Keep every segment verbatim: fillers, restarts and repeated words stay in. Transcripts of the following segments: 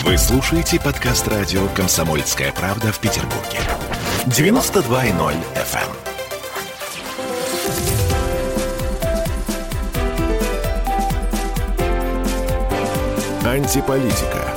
Вы слушаете подкаст радио «Комсомольская правда» в Петербурге. девяносто два и ноль эф эм. Антиполитика.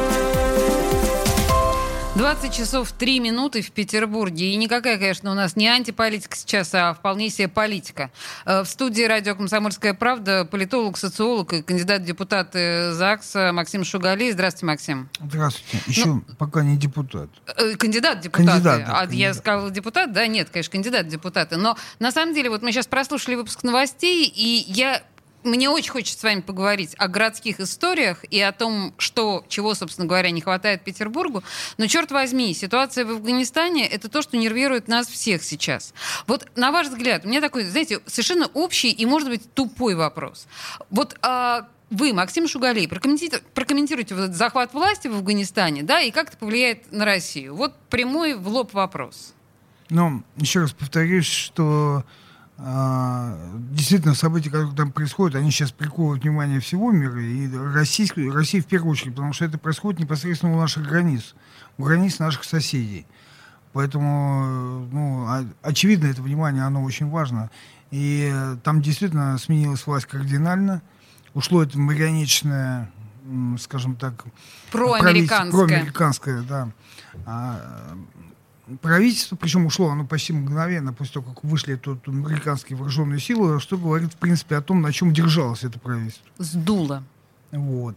двадцать часов три минуты в Петербурге. И никакая, конечно, у нас не антиполитика сейчас, а вполне себе политика. В студии радио «Комсомольская правда» политолог, социолог и кандидат в депутаты ЗАГСа Максим Шугалей. Здравствуйте, Максим. Здравствуйте. Еще ну, пока не депутат. Кандидат в депутаты. Кандидат, да, а кандидат. Я сказала депутат? Да, нет, конечно, кандидат в депутаты. Но на самом деле, вот мы сейчас прослушали выпуск новостей, и я... Мне очень хочется с вами поговорить о городских историях и о том, что, чего, собственно говоря, не хватает Петербургу. Но, черт возьми, ситуация в Афганистане — это то, что нервирует нас всех сейчас. Вот, на ваш взгляд, у меня такой, знаете, совершенно общий и, может быть, тупой вопрос. Вот а, вы, Максим Шугалей, прокомментируйте, прокомментируйте вот этот захват власти в Афганистане, да, и как это повлияет на Россию. Вот прямой в лоб вопрос. Ну, еще раз повторюсь, что... Действительно, события, которые там происходят, они сейчас приковывают внимание всего мира, и России, России в первую очередь, потому что это происходит непосредственно у наших границ, у границ наших соседей. Поэтому, ну, очевидно, это внимание, оно очень важно. И там действительно сменилась власть кардинально, ушло это марионеточное, скажем так, проамериканское, проамериканское, да, правительство, причем ушло оно почти мгновенно после того, как вышли тут американские вооруженные силы, что говорит, в принципе, о том, на чем держалось это правительство. Сдуло. Вот.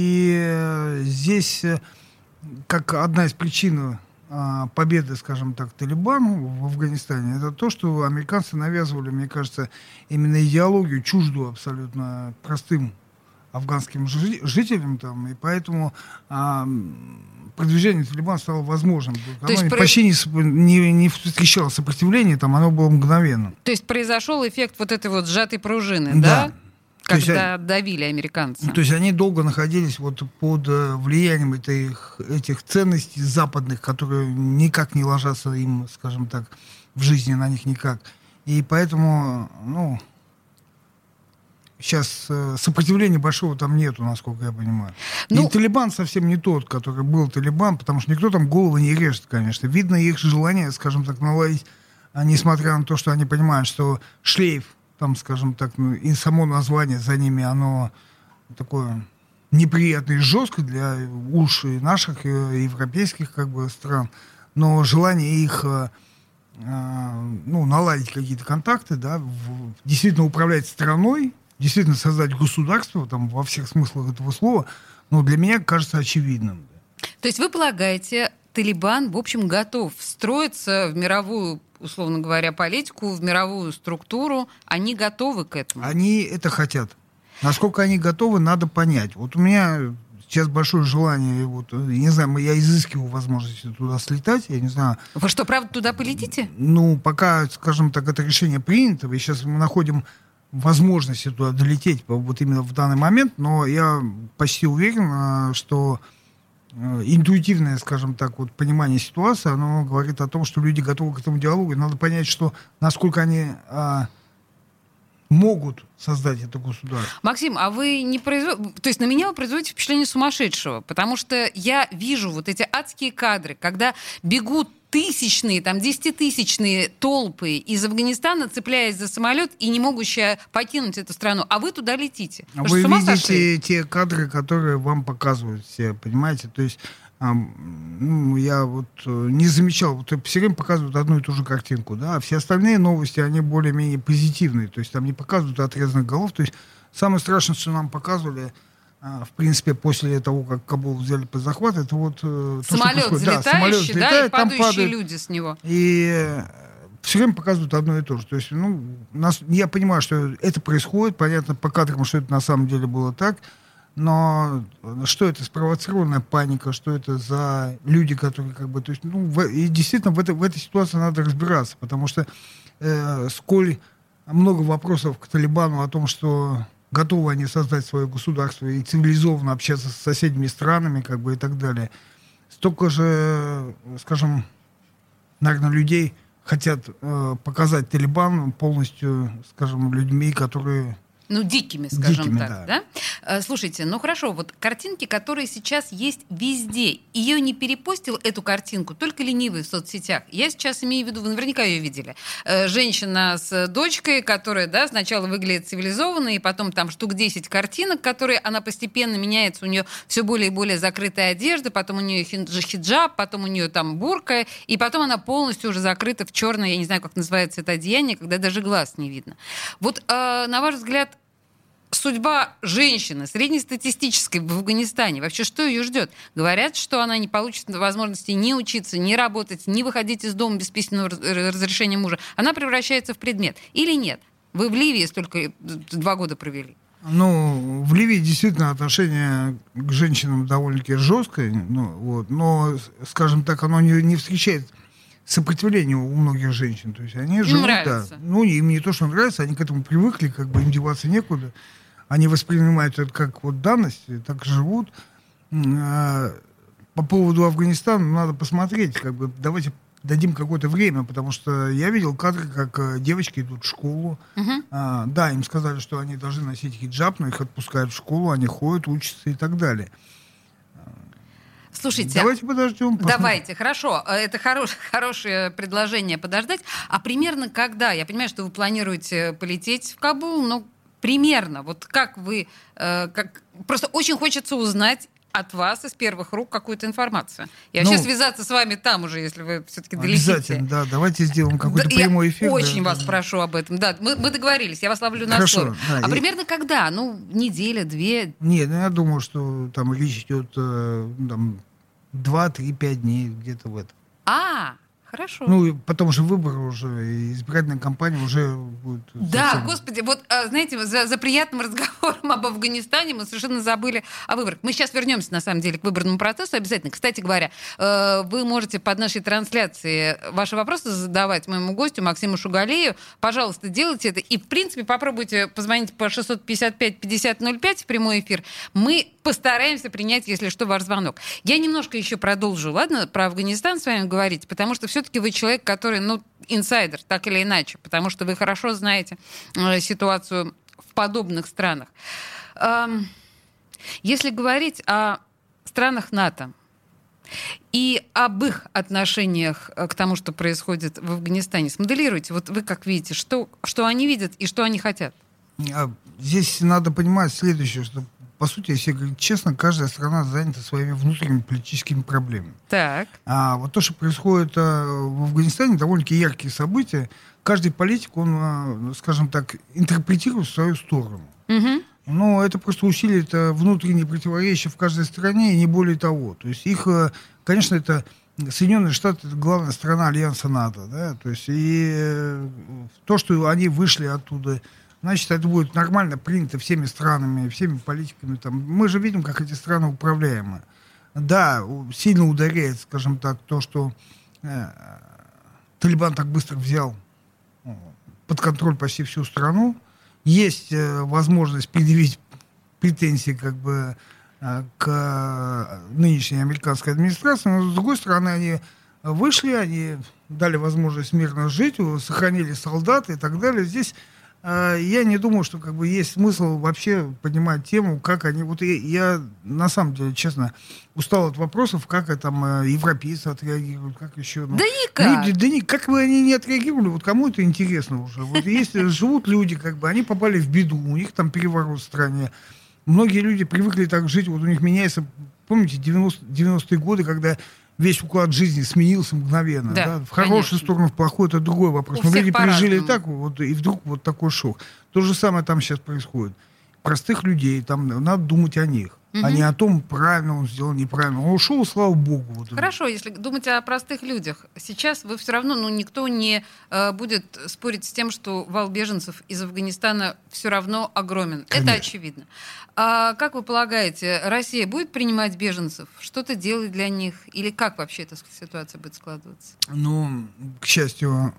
И здесь, как одна из причин победы, скажем так, Талибану в Афганистане, это то, что американцы навязывали, мне кажется, именно идеологию, чуждую абсолютно простым афганским жителям там, и поэтому а, продвижение Талибана стало возможным. То есть почти про... не, не, не встречало сопротивления, там оно было мгновенно. То есть произошел эффект вот этой вот сжатой пружины, да? да? Когда есть, давили американцы. То есть они долго находились вот под влиянием этих, этих ценностей западных, которые никак не ложатся им, скажем так, в жизни на них никак. И поэтому, ну... Сейчас э, сопротивления большого там нету, насколько я понимаю. Ну, и Талибан совсем не тот, который был Талибан, потому что никто там головы не режет, конечно. Видно их желание, скажем так, наладить, а, несмотря на то, что они понимают, что шлейф, там, скажем так, ну, и само название за ними, оно такое неприятное и жесткое для уж и наших, и европейских как бы стран. Но желание их... Э, ну, наладить какие-то контакты, да, в, действительно управлять страной, действительно создать государство там, во всех смыслах этого слова, но для меня кажется очевидным. То есть вы полагаете, Талибан, в общем, готов встроиться в мировую, условно говоря, политику, в мировую структуру? Они готовы к этому? Они это хотят. Насколько они готовы, надо понять. Вот у меня сейчас большое желание, вот, я не знаю, я изыскиваю возможности туда слетать, я не знаю. Вы что, правда, туда полетите? Ну, пока, скажем так, это решение принято, и сейчас мы находим возможности туда долететь вот именно в данный момент, но я почти уверен, что интуитивное, скажем так, вот понимание ситуации, оно говорит о том, что люди готовы к этому диалогу, и надо понять, что насколько они а, могут создать это государство. Максим, а вы не производите... То есть на меня вы производите впечатление сумасшедшего, потому что я вижу вот эти адские кадры, когда бегут тысячные, там, десятитысячные толпы из Афганистана, цепляясь за самолет и не могущие покинуть эту страну. А вы туда летите. Вы, вы видите сошли? Те кадры, которые вам показывают все, понимаете? То есть а, ну, я вот не замечал, вот все время показывают одну и ту же картинку, да, а все остальные новости, они более-менее позитивные. То есть там не показывают отрезанных голов. То есть самое страшное, что нам показывали, в принципе, после того, как Кабул взяли под захват, это вот... Самолет то, залетающий, да, самолет взлетает, да, и там падающие падают, люди с него. И все время показывают одно и то же. То есть, ну, нас, я понимаю, что это происходит, понятно по кадрам, что это на самом деле было так, но что это, спровоцированная паника, что это за люди, которые как бы... То есть, ну, в, и действительно в, это, в этой ситуации надо разбираться, потому что э, сколь много вопросов к Талибану о том, что... готовы они создать свое государство и цивилизованно общаться с соседними странами, как бы, и так далее. Столько же, скажем, наверное, людей хотят э, показать Талибан полностью, скажем, людьми, которые Ну, дикими, скажем дикими, так, да. да? Слушайте, ну хорошо, вот картинки, которые сейчас есть везде, ее не перепостил, эту картинку, только ленивый в соцсетях. Я сейчас имею в виду, вы наверняка ее видели. Женщина с дочкой, которая, да, сначала выглядит цивилизованно, и потом там штук десять картинок, которые она постепенно меняется, у нее все более и более закрытая одежда, потом у нее хиджаб, потом у нее там бурка, и потом она полностью уже закрыта в черное, я не знаю, как называется это одеяние, когда даже глаз не видно. Вот, э, на ваш взгляд, судьба женщины среднестатистической в Афганистане, вообще что ее ждет? Говорят, что она не получит возможности ни учиться, ни работать, ни выходить из дома без письменного разрешения мужа. Она превращается в предмет. Или нет? Вы в Ливии столько два года провели. Ну, в Ливии действительно отношение к женщинам довольно-таки жесткое, ну, вот, но, скажем так, оно не, не встречает сопротивления у многих женщин. То есть они им живут, нравится. Да. Ну, им не то, что нравится, они к этому привыкли, как бы им деваться некуда. Они воспринимают это как вот данность, так и живут. По поводу Афганистана надо посмотреть, как бы давайте дадим какое-то время, потому что я видел кадры, как девочки идут в школу. Uh-huh. А, да, им сказали, что они должны носить хиджаб, но их отпускают в школу, они ходят, учатся и так далее. Слушайте, давайте подождем. Посмотрим. Давайте, хорошо. Это хорош, хорошее предложение подождать. А примерно когда? Я понимаю, что вы планируете полететь в Кабул, но примерно, вот как вы... Э, как... Просто очень хочется узнать от вас из первых рук какую-то информацию. И вообще ну, связаться с вами там уже, если вы все-таки долетите. Обязательно, да. Давайте сделаем какой-то да, прямой эфир. Я очень да, вас да. прошу об этом. Да, мы, мы договорились, я вас ловлю на Хорошо, слове. да, а я... примерно когда? Ну, неделя, две? Нет, ну я думаю, что там речь идет э, там, два, три, пять дней где-то в этом. А, хорошо. Ну, потому что выборы уже, и избирательная кампания уже будет... Да, совсем... господи, вот, знаете, за, за приятным разговором об Афганистане мы совершенно забыли о выборах. Мы сейчас вернемся, на самом деле, к выборному процессу обязательно. Кстати говоря, вы можете под нашей трансляцией ваши вопросы задавать моему гостю Максиму Шугалею. Пожалуйста, делайте это. И, в принципе, попробуйте позвонить по шестьсот пятьдесят пять пятьдесят ноль пять в прямой эфир. Мы постараемся принять, если что, ваш звонок. Я немножко еще продолжу, ладно, про Афганистан с вами говорить, потому что все-таки вы человек, который, ну, инсайдер, так или иначе, потому что вы хорошо знаете э, ситуацию в подобных странах. Эм, если говорить о странах НАТО и об их отношениях к тому, что происходит в Афганистане, смоделируйте, вот вы как видите, что, что они видят и что они хотят? Здесь надо понимать следующее, что по сути, если говорить честно, каждая страна занята своими внутренними политическими проблемами. Так. А вот то, что происходит а, в Афганистане, довольно-таки яркие события. Каждый политик, он, а, скажем так, интерпретирует в свою сторону. Угу. Но это просто усилит а, внутренние противоречия в каждой стране, и не более того. То есть их, а, конечно, это Соединенные Штаты — это главная страна альянса НАТО, да, то есть и а, то, что они вышли оттуда, значит, это будет нормально принято всеми странами, всеми политиками. Там. Мы же видим, как эти страны управляемы. Да, сильно ударяет, скажем так, то, что э, Талибан так быстро взял э, под контроль почти всю страну. Есть э, возможность предъявить претензии как бы э, к нынешней американской администрации, но, с другой стороны, они вышли, они дали возможность мирно жить, сохранили солдат и так далее. Здесь я не думаю, что как бы есть смысл вообще поднимать тему, как они... Вот я, я на самом деле, честно, устал от вопросов, как там европейцы отреагируют, как еще... Ну, да никак! Люди, да ни, как бы они не отреагировали, вот кому это интересно уже. Вот если живут люди, как бы, они попали в беду, у них там переворот в стране. Многие люди привыкли так жить, вот у них меняется... Помните, девяностые годы, когда... Весь уклад жизни сменился мгновенно. Да, да? В хорошую конечно. Сторону, в плохую — это другой вопрос. У Но люди пережили так, вот, и вдруг вот такой шок. То же самое там сейчас происходит. Простых людей, там надо думать о них, угу. а не о том, правильно он сделал, неправильно. Он ушел, слава богу. Вот Хорошо, если думать о простых людях. Сейчас вы все равно, ну, никто не э, будет спорить с тем, что вал беженцев из Афганистана все равно огромен. Конечно. Это очевидно. А как вы полагаете, Россия будет принимать беженцев? Что-то делать для них? Или как вообще эта ситуация будет складываться? Ну, к счастью,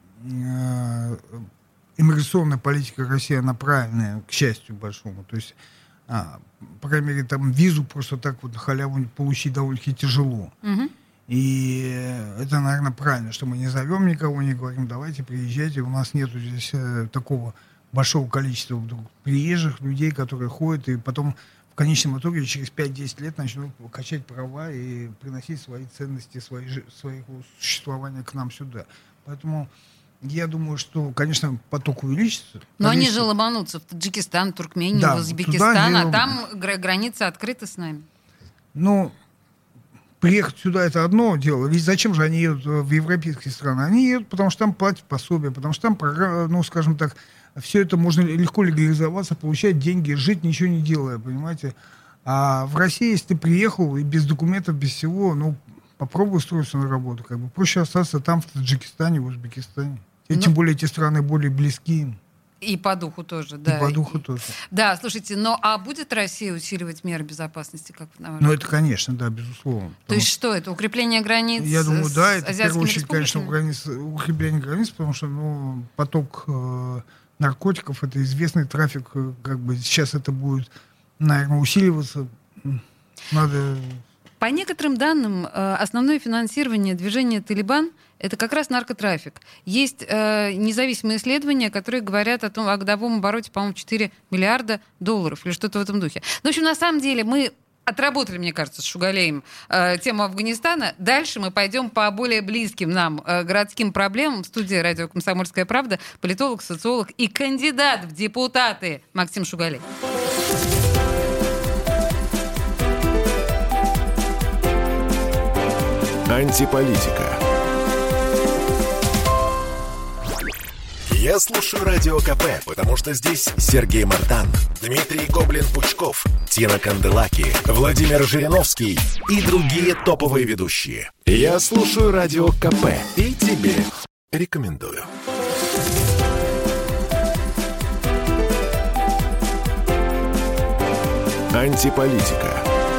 иммиграционная политика России, она правильная, к счастью большому. То есть, а, по крайней мере, там визу просто так вот на халяву получить довольно-таки тяжело. Угу. И это, наверное, правильно, что мы не зовем никого, не говорим, давайте приезжайте, у нас нету здесь э, такого большого количества вдруг приезжих людей, которые ходят, и потом в конечном итоге через пять-десять лет начнут качать права и приносить свои ценности, свои, своего существования к нам сюда. Поэтому я думаю, что, конечно, поток увеличится. Но они же ломанутся в Таджикистан, Туркмению, да, в Узбекистан, а там граница открыта с нами. Ну, приехать сюда — это одно дело. Ведь зачем же они едут в европейские страны? Они едут, потому что там платят пособие, потому что там, ну, скажем так, все это можно легко легализоваться, получать деньги, жить, ничего не делая, понимаете? А в России, если ты приехал и без документов, без всего, ну, попробуй устроиться на работу. Как бы проще остаться там, в Таджикистане, в Узбекистане. И, ну, тем более эти страны более близки. И по духу тоже, да. И по духу и, тоже. Да, слушайте, но а будет Россия усиливать меры безопасности, как вы говорите? Ну, это, конечно, да, безусловно. То есть что это? Укрепление границ? Я думаю, с, да, это в первую очередь, конечно, границ, укрепление границ, потому что, ну, поток э, наркотиков, это известный трафик, как бы сейчас это будет, наверное, усиливаться. Надо... По некоторым данным, основное финансирование движения «Талибан» — это как раз наркотрафик. Есть э, независимые исследования, которые говорят о том, о годовом обороте, по-моему, четыре миллиарда долларов или что-то в этом духе. Ну, в общем, на самом деле мы отработали, мне кажется, с Шугалеем э, тему Афганистана. Дальше мы пойдем по более близким нам э, городским проблемам. В студии радио «Комсомольская правда» политолог, социолог и кандидат в депутаты Максим Шугалей. Антиполитика. Я слушаю Радио КП, потому что здесь Сергей Мартан, Дмитрий Гоблин-Пучков, Тина Канделаки, Владимир Жириновский и другие топовые ведущие. Я слушаю Радио КП и тебе рекомендую. Антиполитика.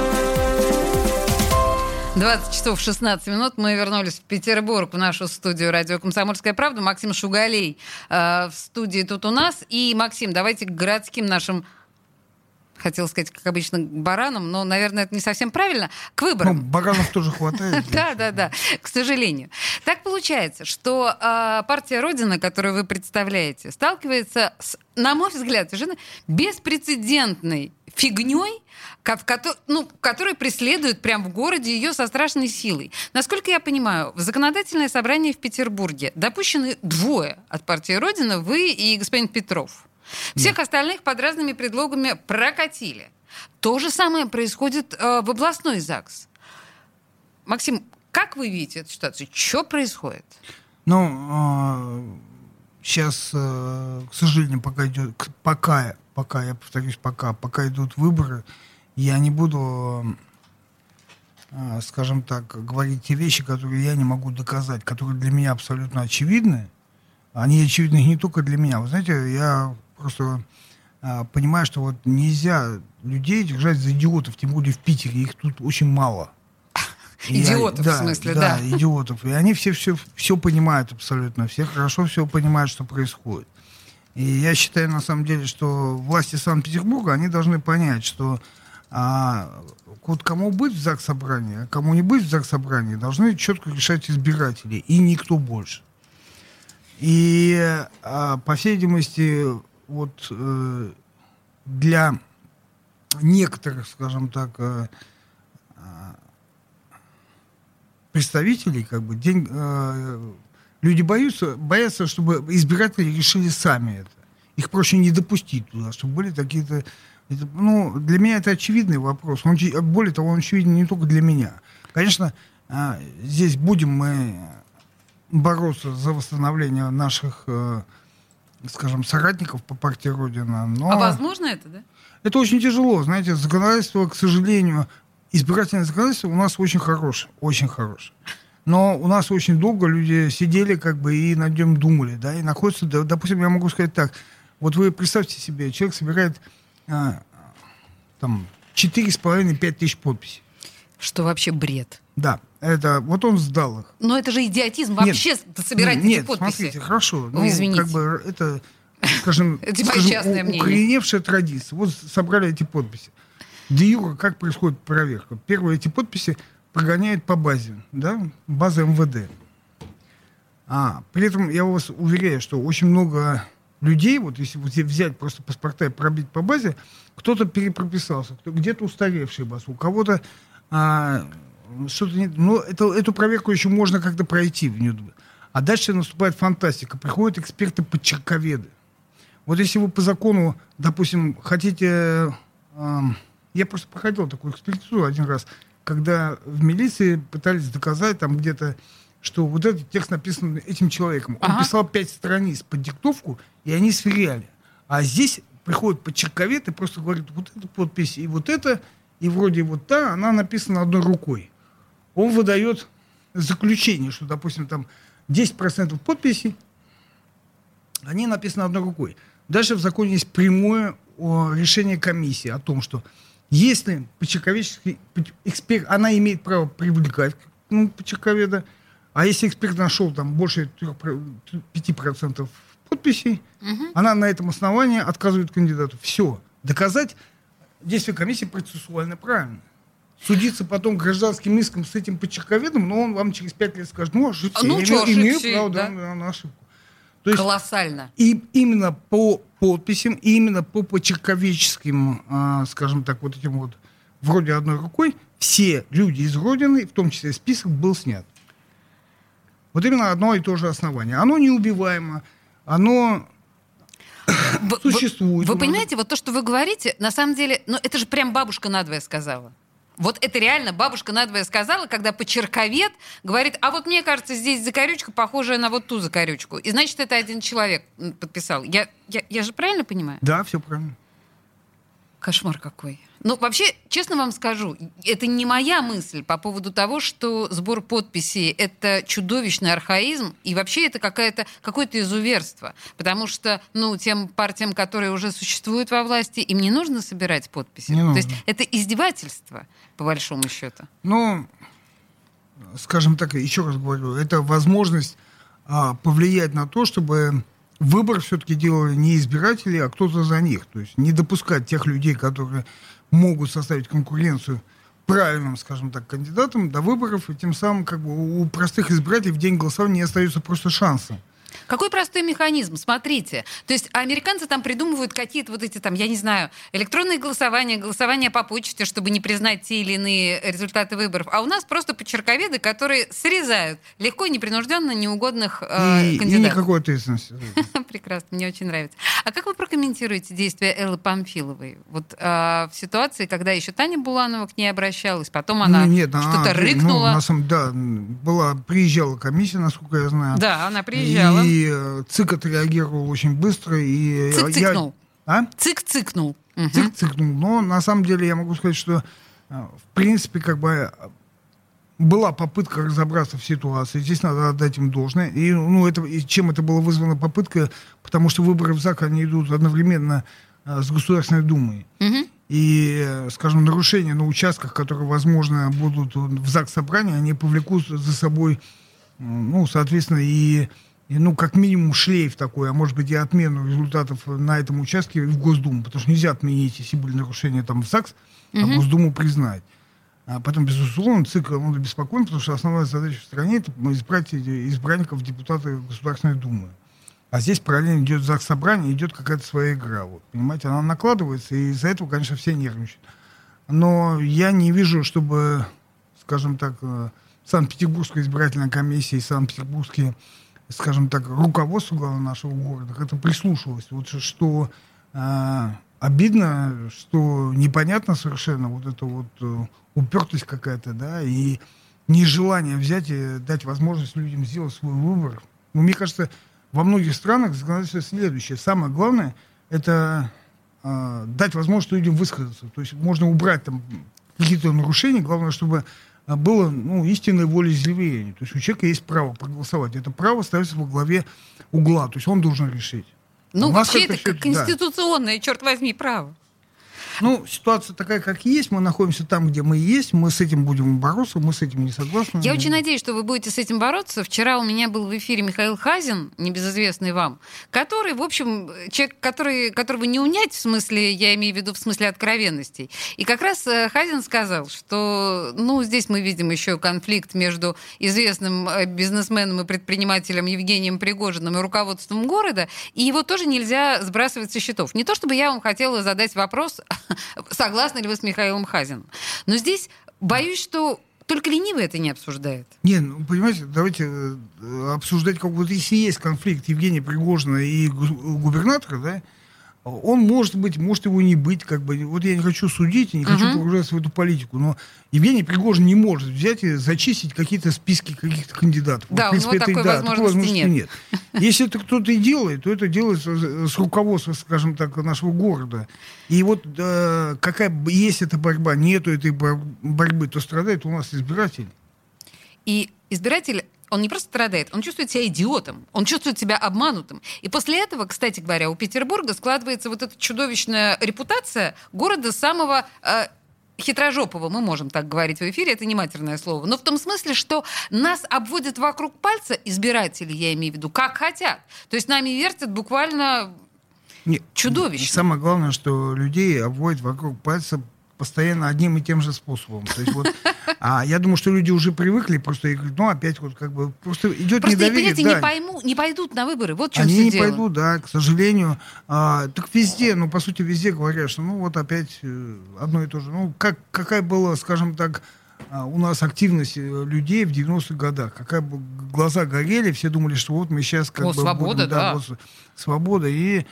двадцать часов шестнадцать минут. Мы вернулись в Петербург, в нашу студию радио «Комсомольская правда». Максим Шугалей э, в студии тут у нас. И, Максим, давайте к городским нашим, хотел сказать, как обычно, к баранам, но, наверное, это не совсем правильно, к выборам. Ну, баранов тоже хватает. Да, да, да, к сожалению. Так получается, что партия «Родина», которую вы представляете, сталкивается с, на мой взгляд, совершенно беспрецедентной фигней, ну, который преследует прямо в городе ее со страшной силой. Насколько я понимаю, в законодательное собрание в Петербурге допущены двое от партии «Родина», вы и господин Петров. Всех Нет. остальных под разными предлогами прокатили. То же самое происходит э, в областной ЗАГС. Максим, как вы видите эту ситуацию? Что происходит? Ну, э, сейчас, э, к сожалению, пока идет, пока, пока, я повторюсь, пока, пока идут выборы, я не буду, э, скажем так, говорить те вещи, которые я не могу доказать, которые для меня абсолютно очевидны. Они очевидны не только для меня. Вы знаете, я просто э, понимаю, что вот нельзя людей держать за идиотов, тем более в Питере, их тут очень мало. Идиотов, я, в смысле, да? Да, да, идиотов. И они все, все, все понимают абсолютно, все хорошо все понимают, что происходит. И я считаю, на самом деле, что власти Санкт-Петербурга, они должны понять, что а, вот кому быть в ЗАГС-собрании, а кому не быть в ЗАГС-собрании, должны четко решать избиратели, и никто больше. И, а, по всей видимости, вот э, для некоторых, скажем так, э, представителей, как бы, день, э, люди боятся, боятся, чтобы избиратели решили сами это. Их проще не допустить туда, чтобы были такие-то... Это, ну, для меня это очевидный вопрос. Он, более того, он очевиден не только для меня. Конечно, э, здесь будем мы бороться за восстановление наших, э, скажем, соратников по партии «Родина». Но а возможно это, да? Это очень тяжело. Знаете, законодательство, к сожалению... Избирательное законодательство у нас очень хорошее, очень хорошее. Но у нас очень долго люди сидели как бы и над ним думали, да, и находятся, допустим, я могу сказать так, вот вы представьте себе, человек собирает а, там четыре с половиной - пять тысяч подписей. Что вообще бред. Да, это, вот он сдал их. Но это же идиотизм вообще нет, собирать нет, эти подписи. Нет, смотрите, хорошо. Ну, извините. Как бы это, скажем, скажем укореневшая традиция. Вот собрали эти подписи. Де юре как происходит проверка? Первые эти подписи прогоняют по базе, да, база эм вэ дэ. А, при этом я вас уверяю, что очень много людей, вот если вот взять просто паспорта и пробить по базе, кто-то перепрописался, кто, где-то устаревший бас, у кого-то а, что-то не... Ну, это, эту проверку еще можно как-то пройти. А дальше наступает фантастика. Приходят эксперты-подчерковеды. Вот если вы по закону, допустим, хотите... Э, я просто проходил такую экспертизу один раз, когда в милиции пытались доказать там где-то, что вот этот текст написан этим человеком. Он ага. писал пять страниц под диктовку, и они сверяли. А здесь приходит подчерковед и просто говорит, вот эта подпись и вот это, и вроде вот та, она написана одной рукой. Он выдает заключение, что, допустим, там десять процентов подписей, они написаны одной рукой. Дальше в законе есть прямое решение комиссии о том, что если почерковедческий эксперт, она имеет право привлекать ну, почерковеда, а если эксперт нашел там больше пяти процентов подписей, угу. она на этом основании отказывает кандидату. Все. Доказать действие комиссии процессуально правильно. Судиться потом гражданским иском с этим почерковедом, но он вам через пять лет скажет, ну, ошибся. Ну, я что, имею ошибся, право да? на, на ошибку. То есть, колоссально. И именно по подписям, и именно по почерковедческим, а, скажем так, вот этим вот, вроде одной рукой, все люди из Родины, в том числе список, был снят. Вот именно одно и то же основание. Оно неубиваемо, оно вы, существует. Вы, вы понимаете, вот то, что вы говорите, на самом деле, ну это же прям бабушка надвое сказала. Вот это реально бабушка надвое сказала, когда почерковед говорит, а вот мне кажется, здесь закорючка похожая на вот ту закорючку. И значит, это один человек подписал. Я, я, я же правильно понимаю? Да, все правильно. Кошмар какой. Ну, вообще, честно вам скажу, это не моя мысль по поводу того, что сбор подписей — это чудовищный архаизм, и вообще это какая-то, какое-то изуверство. Потому что, ну, тем партиям, которые уже существуют во власти, им не нужно собирать подписи. Не То нужно. есть это издевательство, по большому счету. Ну, скажем так, еще раз говорю, это возможность а, повлиять на то, чтобы выбор все-таки делали не избиратели, а кто-то за них. То есть не допускать тех людей, которые могут составить конкуренцию правильным, скажем так, кандидатам до выборов, и тем самым как бы у простых избирателей в день голосования не остается просто шанса. Какой простой механизм? Смотрите. То есть американцы там придумывают какие-то вот эти там, я не знаю, электронные голосования, голосования по почте, чтобы не признать те или иные результаты выборов. А у нас просто почерковеды, которые срезают легко и непринужденно неугодных э, и, кандидатов. И никакой ответственности. Прекрасно, мне очень нравится. А как вы прокомментируете действия Эллы Памфиловой? Вот э, в ситуации, когда еще Таня Буланова к ней обращалась, потом она ну, нет, что-то а, рыкнула. Ну, на самом, да, была, приезжала комиссия, насколько я знаю. Да, она приезжала. И ЦИК отреагировал очень быстро. И ЦИК цикнул. Я... А? ЦИК цикнул. ЦИК угу. цикнул. Но на самом деле я могу сказать, что в принципе как бы была попытка разобраться в ситуации. Здесь надо отдать им должное. И, ну, это, и чем это было вызвано попытка? Потому что выборы в ЗАГС, они идут одновременно с Государственной Думой. Угу. И, скажем, нарушения на участках, которые, возможно, будут в ЗАГС-собрании, они повлекут за собой, ну, соответственно, и И, ну, как минимум шлейф такой, а может быть и отмену результатов на этом участке в Госдуму, потому что нельзя отменить, если были нарушения там в ЗАГС, а mm-hmm. Госдуму признать. А потом, безусловно, ЦИК он обеспокоен, потому что основная задача в стране — это избрать избранников в депутаты Государственной Думы. А здесь параллельно идет ЗАГС-собрание, идет какая-то своя игра. Вот, понимаете, она накладывается, и из-за этого, конечно, все нервничают. Но я не вижу, чтобы, скажем так, Санкт-Петербургская избирательная комиссия и Санкт-Петербургские, скажем так, руководство главного нашего города это прислушивалось. Вот что э, обидно, что непонятно совершенно вот эта вот э, упертость какая-то, да, и нежелание взять и дать возможность людям сделать свой выбор. Ну, мне кажется, во многих странах законодательство следующее. Самое главное — это э, дать возможность людям высказаться. То есть можно убрать там какие-то нарушения, главное, чтобы было, ну, истинной волеизъявление. То есть у человека есть право проголосовать. Это право ставится во главе угла. То есть он должен решить. Ну, вообще это как конституционное, да. черт возьми, право. Ну, ситуация такая, как есть, мы находимся там, где мы есть, мы с этим будем бороться, мы с этим не согласны. Я очень надеюсь, что вы будете с этим бороться. Вчера у меня был в эфире Михаил Хазин, небезызвестный вам, который, в общем, человек, который, которого не унять, в смысле, я имею в виду в смысле откровенностей. И как раз Хазин сказал, что, ну, здесь мы видим еще конфликт между известным бизнесменом и предпринимателем Евгением Пригожиным и руководством города, и его тоже нельзя сбрасывать со счетов. Не то чтобы я вам хотела задать вопрос, согласны ли вы с Михаилом Хазиным. Но здесь боюсь, что только ленивый это не обсуждает. Не, ну, понимаете, давайте обсуждать, как вот если есть конфликт Евгения Пригожина и губернатора, да, он может быть, может его не быть, как бы. Вот я не хочу судить, не хочу uh-huh. погружаться в эту политику, но Евгений Пригожин не может взять и зачистить какие-то списки каких-то кандидатов. Да, вот, в принципе, у него это, такой да, возможности, такой возможности нет. нет. Если это кто-то и делает, то это делается с руководства, скажем так, нашего города. И вот э, какая есть эта борьба, нету этой борьбы, то страдает у нас избиратель. И избиратель, он не просто страдает, он чувствует себя идиотом, он чувствует себя обманутым. И после этого, кстати говоря, у Петербурга складывается вот эта чудовищная репутация города самого э, хитрожопого, мы можем так говорить в эфире, это не матерное слово, но в том смысле, что нас обводят вокруг пальца избиратели, я имею в виду, как хотят. То есть нами вертят буквально Нет, чудовищно. Самое главное, что людей обводят вокруг пальца постоянно одним и тем же способом. То есть вот, а я думаю, что люди уже привыкли, просто и говорят, ну опять вот как бы просто идет просто недоверие. Просто, да. не пойму, не пойдут на выборы, вот в чем Они все не дело. пойдут, да, к сожалению. А, так везде, ну по сути везде говорят, что ну вот опять одно и то же. Ну как, какая была, скажем так, у нас активность людей в девяностых годах, какая бы глаза горели, все думали, что вот мы сейчас как О, бы свобода, будем, да, да. вот, свобода и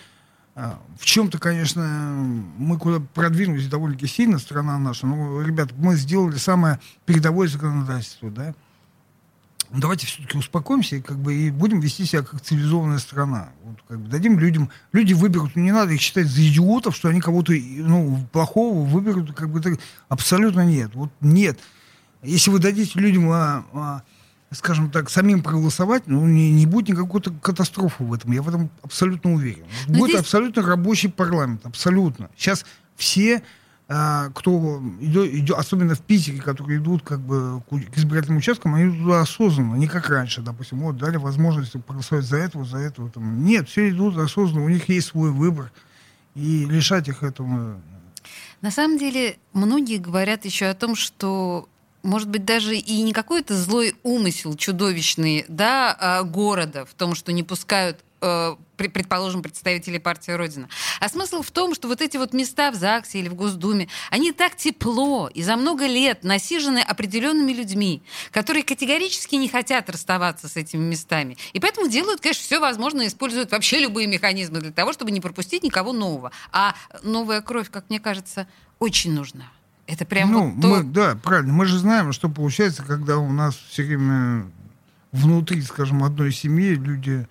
в чем-то, конечно, мы куда продвинулись довольно-таки сильно, страна наша. Ну, ребята, мы сделали самое передовое законодательство, да. Давайте все-таки успокоимся и, как бы, и будем вести себя как цивилизованная страна. Вот, как бы, дадим людям... Люди выберут, ну, не надо их считать за идиотов, что они кого-то, ну, плохого выберут, как бы, так, абсолютно нет. Вот нет. Если вы дадите людям... А, а, скажем так, самим проголосовать, ну, не, не будет никакой катастрофы в этом. Я в этом абсолютно уверен. Но будет здесь... абсолютно рабочий парламент. Абсолютно. Сейчас все, а, кто идет, идет, особенно в Питере, которые идут как бы к избирательным участкам, они идут туда осознанно, не как раньше. Допустим, вот дали возможность проголосовать за этого, за этого. Там. Нет, все идут осознанно, у них есть свой выбор. И лишать их этого... На самом деле, многие говорят еще о том, что может быть, даже и не какой-то злой умысел чудовищный, да, города в том, что не пускают, предположим, представителей партии Родина. А смысл в том, что вот эти вот места в ЗАГСе или в Госдуме, они так тепло и за много лет насижены определенными людьми, которые категорически не хотят расставаться с этими местами. И поэтому делают, конечно, все возможное, используют вообще любые механизмы для того, чтобы не пропустить никого нового. А новая кровь, как мне кажется, очень нужна. Это прям ну, вот то... мы, да, правильно. Мы же знаем, что получается, когда у нас все время внутри, скажем, одной семьи люди...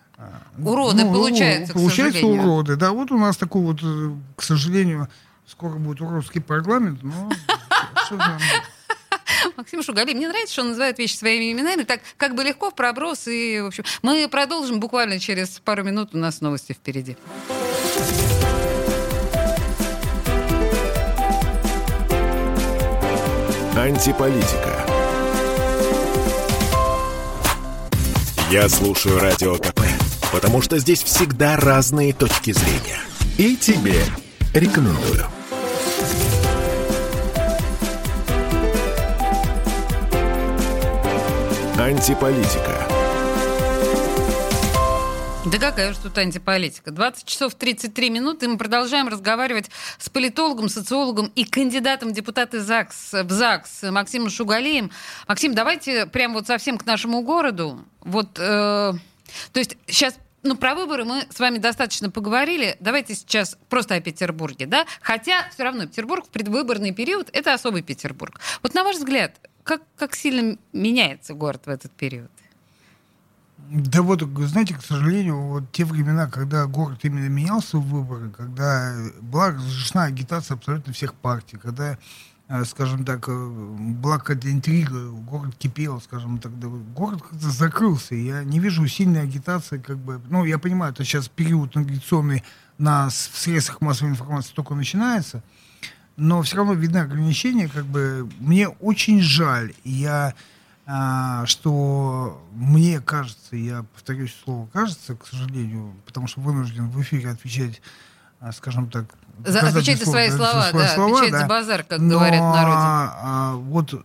Уроды ну, получаются, получаются к сожалению. уроды. Да, вот у нас такой вот, к сожалению, скоро будет уродский парламент, но... Максим Шугалей, мне нравится, что он называет вещи своими именами. Так как бы легко в проброс. И, в общем, мы продолжим буквально через пару минут. У нас новости впереди. Антиполитика. Я слушаю Радио КП, потому что здесь всегда разные точки зрения. И тебе рекомендую. Антиполитика. Да какая уж тут антиполитика. двадцать часов тридцать три минуты, и мы продолжаем разговаривать с политологом, социологом и кандидатом в депутаты ЗАГС, в ЗАГС Максимом Шугалеем. Максим, давайте прямо вот совсем к нашему городу. Вот, э, то есть сейчас, ну, про выборы мы с вами достаточно поговорили. Давайте сейчас просто о Петербурге, да? Хотя все равно Петербург в предвыборный период — это особый Петербург. Вот на ваш взгляд, как, как сильно меняется город в этот период? Да вот, знаете, к сожалению, вот те времена, когда город именно менялся в выборы, когда была разрешена агитация абсолютно всех партий, когда, скажем так, была какая-то интрига, город кипел, скажем так, город как-то закрылся. Я не вижу сильной агитации, как бы, ну, я понимаю, это сейчас период агитационный на средствах массовой информации только начинается, но все равно видны ограничения. Как бы, мне очень жаль, я, а, что мне кажется, я повторюсь слово «кажется», к сожалению, потому что вынужден в эфире отвечать, а, скажем так, за, отвечать за свои слова, за свои да, слова, отвечать да. за базар, как но, говорят в народе. А, вот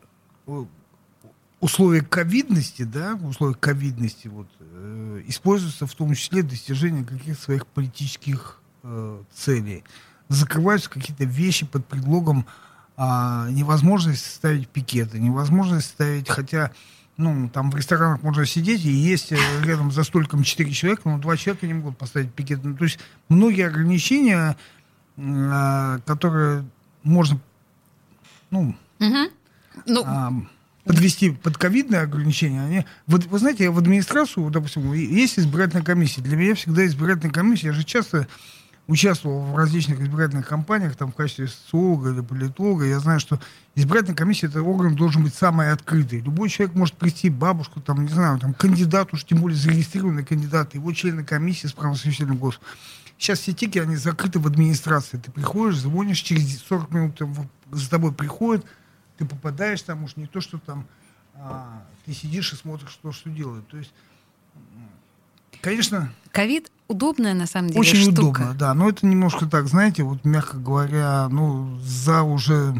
условия ковидности, да, условия ковидности вот, э, используются в том числе достижение каких-то своих политических э, целей. Закрываются какие-то вещи под предлогом э, невозможности ставить пикеты, невозможности ставить, хотя, ну, там в ресторанах можно сидеть и есть рядом за столиком четыре человека, но два человека не могут поставить пикет. Ну, то есть многие ограничения, э, которые можно, ну, угу. ну э, подвести под ковидные ограничения, они... Вот, вы знаете, я в администрацию, допустим, есть избирательная комиссия. Для меня всегда избирательная комиссия. Я же часто участвовал в различных избирательных кампаниях, там, в качестве социолога или политолога. Я знаю, что избирательная комиссия, это орган должен быть самый открытый. Любой человек может прийти, бабушку, там, не знаю, там, кандидат, уж тем более зарегистрированный кандидат, его члены комиссии с правосвященным голосом. Сейчас все тики, они закрыты в администрации. Ты приходишь, звонишь, через сорок минут за тобой приходят, ты попадаешь там, уж не то, что там а, ты сидишь и смотришь, что, что делают. То есть, конечно... Ковид удобная, на самом деле, очень штука. Очень удобно, да. Но это немножко так, знаете, вот, мягко говоря, ну, за уже...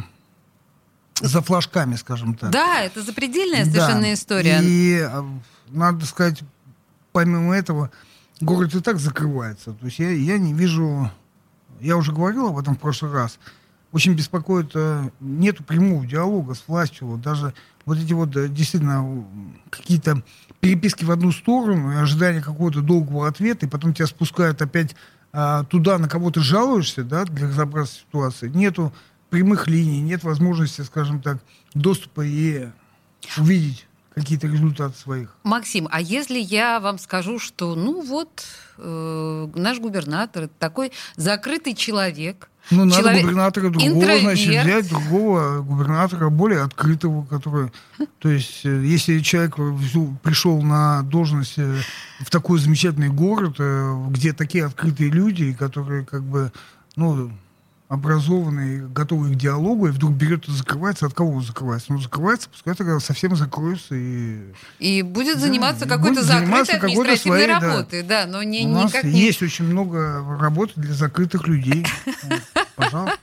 за флажками, скажем так. Да, это запредельная совершенно да. история. И, надо сказать, помимо этого, город и так закрывается. То есть я, я не вижу... Я уже говорил об этом в прошлый раз. Очень беспокоит, э, нету прямого диалога с властью. Вот даже вот эти вот э, действительно какие-то переписки в одну сторону и ожидание какого-то долгого ответа, и потом тебя спускают опять э, туда, на кого ты жалуешься, да, для разобраться в ситуации. Нету прямых линий, нет возможности, скажем так, доступа и увидеть какие-то результаты своих. Максим, а если я вам скажу, что, ну вот, э, наш губернатор такой закрытый человек, ну, надо человек... губернатора другого, интроверт. Значит, взять другого губернатора, более открытого, который... То есть, если человек пришел на должность в такой замечательный город, где такие открытые люди, которые как бы, ну, образованные, готовые к диалогу, и вдруг берет и закрывается, от кого он закрывается? Ну, закрывается, пускай тогда совсем закроется и... И будет заниматься да, какой-то закрытой административной своей, работой, да, да, но не, У нас никак не... есть очень много работы для закрытых людей. Пожалуйста.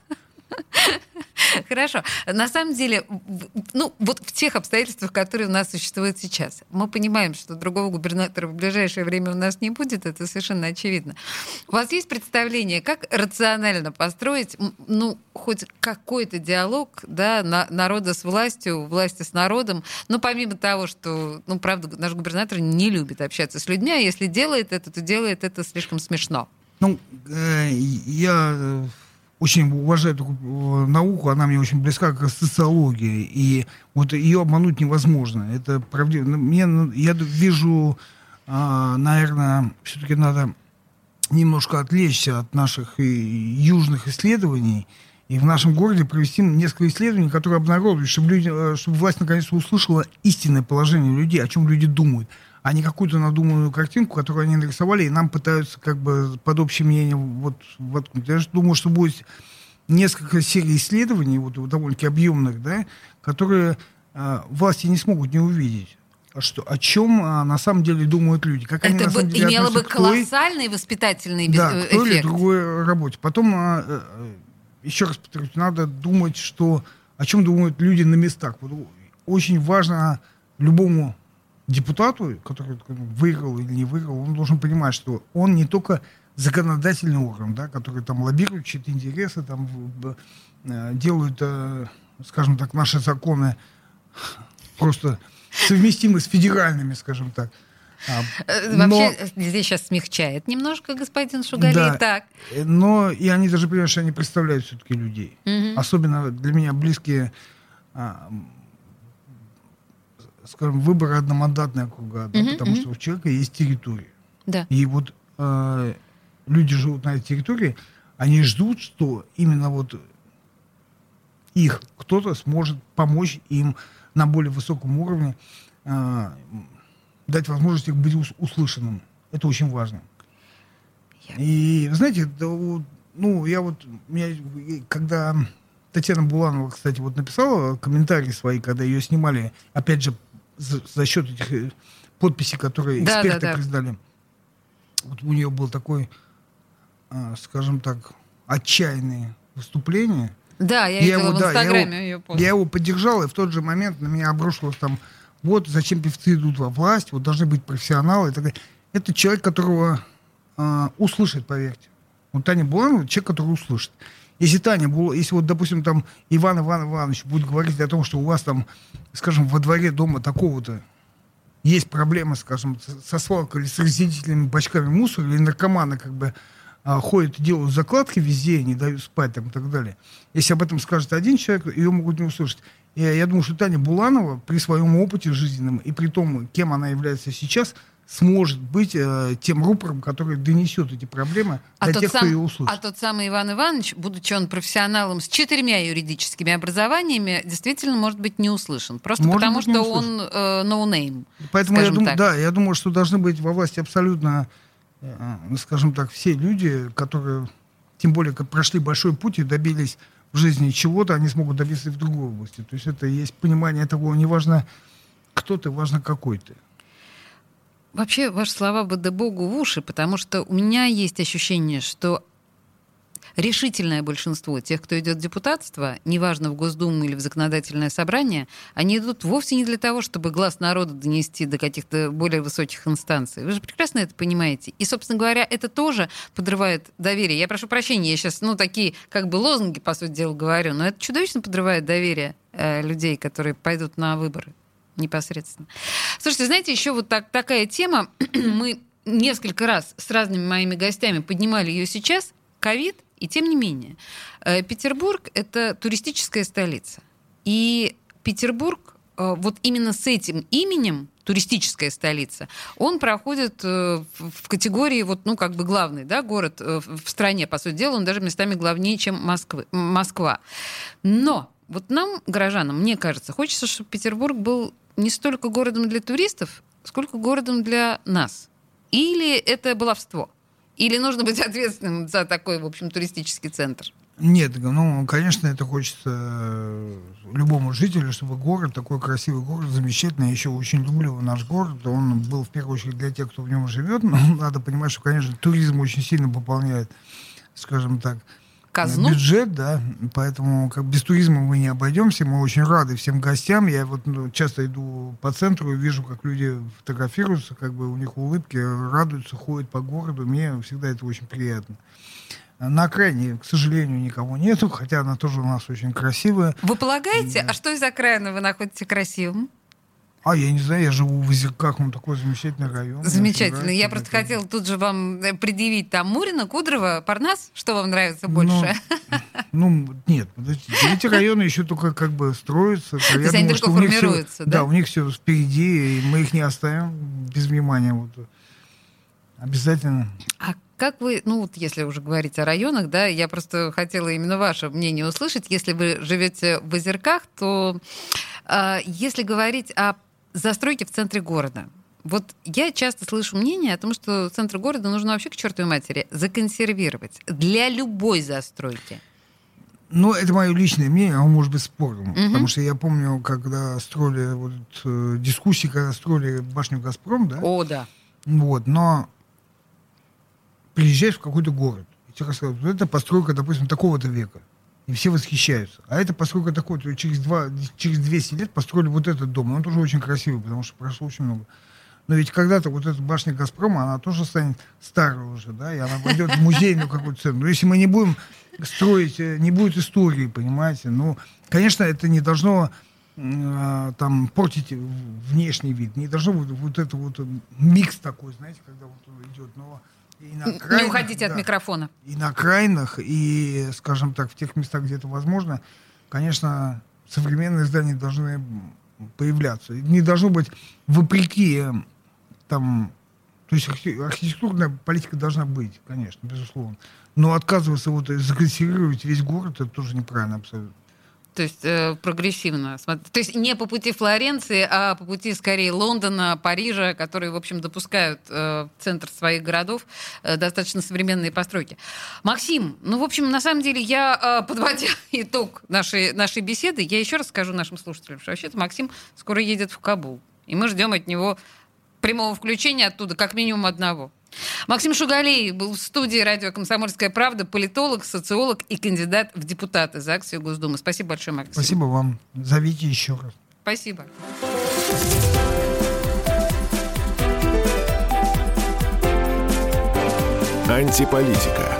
Хорошо. На самом деле, ну, вот в тех обстоятельствах, которые у нас существуют сейчас, мы понимаем, что другого губернатора в ближайшее время у нас не будет, это совершенно очевидно. У вас есть представление, как рационально построить, ну, хоть какой-то диалог, да, на, народа с властью, власти с народом, но помимо того, что, ну, правда, наш губернатор не любит общаться с людьми, а если делает это, то делает это слишком смешно. Ну, э, я... очень уважаю такую науку, она мне очень близка, как социология, и вот ее обмануть невозможно. Это правдиво. Мне, я вижу, наверное, все-таки надо немножко отвлечься от наших южных исследований и в нашем городе провести несколько исследований, которые обнародуют, чтобы, люди, чтобы власть наконец-то услышала истинное положение людей, о чем люди думают, а не какую-то надуманную картинку, которую они нарисовали, и нам пытаются как бы под общее мнение вот воткнуть. Я же думаю, что будет несколько серий исследований, вот, вот довольно-таки объемных, да, которые э, власти не смогут не увидеть. А что, о чем а, на самом деле думают люди. Как это они, на самом бы деле, имело бы колоссальный той, воспитательный да, эффект. Да, той или другой работе. Потом, а, а, еще раз повторюсь, надо думать, что, о чем думают люди на местах. Вот, очень важно любому депутату, который выиграл или не выиграл, он должен понимать, что он не только законодательный орган, да, который там лоббирует чьи-то интересы, там э, делают, э, скажем так, наши законы просто совместимы с федеральными, скажем так. А, но, вообще, здесь сейчас смягчает немножко господин Шугалей. Да, так. Но и они даже понимают, что они представляют все-таки людей. Угу. Особенно для меня близкие, а, скажем, выборы одномандатные округа, да, uh-huh, потому uh-huh. что у человека есть территория. Да. И вот э, люди живут на этой территории, они ждут, что именно вот их кто-то сможет помочь им на более высоком уровне, э, дать возможность их быть услышанным. Это очень важно. И, знаете, ну, я вот, меня, когда Татьяна Буланова, кстати, вот написала комментарии свои, когда ее снимали, опять же, за, за счет этих подписей, которые да, эксперты да, да. признали. Вот у нее был такой, скажем так, отчаянное выступление. Да, я, я видела его, в Инстаграме да, я ее его, пост. Я его поддержал, и в тот же момент на меня обрушилось там, вот зачем певцы идут во власть, вот должны быть профессионалы и так далее. Это человек, которого э, услышит, поверьте. Вот Таня Буланова, человек, который услышит. Если Таня Буланова, если вот, допустим, там Иван Иван Иванович будет говорить о том, что у вас там, скажем, во дворе дома такого-то есть проблемы, скажем, со свалкой или с разделительными бачками мусора, или наркоманы как бы а, ходят и делают закладки везде, не дают спать там, и так далее. Если об этом скажет один человек, ее могут не услышать. И я думаю, что Таня Буланова при своем опыте жизненном и при том, кем она является сейчас, сможет быть э, тем рупором, который донесет эти проблемы а до тех, сам, кто ее услышит. А тот самый Иван Иванович, будучи он профессионалом с четырьмя юридическими образованиями, действительно может быть не услышан. Просто может потому, что он э, no-name. Поэтому я думаю, да, я думаю, что должны быть во власти абсолютно, э, скажем так, все люди, которые, тем более, как прошли большой путь и добились в жизни чего-то, они смогут добиться и в другой области. То есть это есть понимание того, не важно, кто ты, важно, какой ты. Вообще, ваши слова бы да богу в уши, потому что у меня есть ощущение, что решительное большинство тех, кто идет в депутатство, неважно, в Госдуму или в законодательное собрание, они идут вовсе не для того, чтобы глас народа донести до каких-то более высоких инстанций. Вы же прекрасно это понимаете. И, собственно говоря, это тоже подрывает доверие. Я прошу прощения, я сейчас, ну, такие как бы лозунги, по сути дела, говорю, но это чудовищно подрывает доверие э, людей, которые пойдут на выборы непосредственно. Слушайте, знаете, еще вот так, такая тема, мы несколько раз с разными моими гостями поднимали ее сейчас, ковид, и тем не менее. Петербург — это туристическая столица. И Петербург вот именно с этим именем, туристическая столица, он проходит в категории вот, ну, как бы главный, да, город в стране, по сути дела, он даже местами главнее, чем Москвы, Москва. Но вот нам, горожанам, мне кажется, хочется, чтобы Петербург был не столько городом для туристов, сколько городом для нас. Или это баловство? Или нужно быть ответственным за такой, в общем, туристический центр? Нет, ну, конечно, это хочется любому жителю, чтобы город, такой красивый город, замечательный. Я еще очень люблю наш город. Он был, в первую очередь, для тех, кто в нем живет. Но надо понимать, что, конечно, туризм очень сильно пополняет, скажем так, казну? Бюджет, да, поэтому как без туризма мы не обойдемся. Мы очень рады всем гостям. Я вот ну, часто иду по центру и вижу, как люди фотографируются, как бы у них улыбки, радуются, ходят по городу. Мне всегда это очень приятно. На окраине, к сожалению, никого нету, хотя она тоже у нас очень красивая. Вы полагаете? Да. А что из окраины вы находите красивым? А, я не знаю, я живу в Озерках, он такой замечательный район. Замечательно. Я просто хотела тут же вам предъявить там Мурино, Кудрово, Парнас. Что вам нравится больше? Ну, ну нет, подождите. Эти районы еще только как бы строятся. То есть они только формируются, да? Да, у них все впереди, и мы их не оставим без внимания. Вот. Обязательно. А как вы, ну вот если уже говорить о районах, да, я просто хотела именно ваше мнение услышать. Если вы живете в Озерках, то э, если говорить о застройки в центре города. Вот я часто слышу мнение о том, что центр города нужно вообще к чертовой матери законсервировать для любой застройки. Ну, это мое личное мнение, оно может быть спорным. Uh-huh. Потому что я помню, когда строили вот, э, дискуссии, когда строили башню «Газпром», да? О, да. Вот, но приезжаешь в какой-то город, и тебе рассказывают, вот это постройка, допустим, такого-то века. И все восхищаются. А это постройка такой, то через, два, через двести лет построили вот этот дом. Он тоже очень красивый, потому что прошло очень много. Но ведь когда-то вот эта башня «Газпрома», она тоже станет старой уже, да, и она пойдет в музейную какую-то цену. Но если мы не будем строить, не будет истории, понимаете, ну, конечно, это не должно э, там портить внешний вид, не должно быть вот это вот микс такой, знаете, когда вот он идет, но и на окраинах, не уходите да, от микрофона. И на окраинах, и, скажем так, в тех местах, где это возможно, конечно, современные здания должны появляться. Не должно быть вопреки там, то есть архитектурная политика должна быть, конечно, безусловно. Но отказываться вот законсервировать весь город, это тоже неправильно абсолютно. То есть э, прогрессивно. То есть не по пути Флоренции, а по пути, скорее, Лондона, Парижа, которые, в общем, допускают э, в центр своих городов э, достаточно современные постройки. Максим, ну, в общем, на самом деле, я, э, подводя итог нашей, нашей беседы, я еще раз скажу нашим слушателям, что вообще-то Максим скоро едет в Кабул. И мы ждем от него прямого включения оттуда, как минимум одного. Максим Шугалей был в студии радио «Комсомольская правда», политолог, социолог и кандидат в депутаты за акцию Госдумы. Спасибо большое, Максим. Спасибо вам. Зовите еще раз. Спасибо. Антиполитика.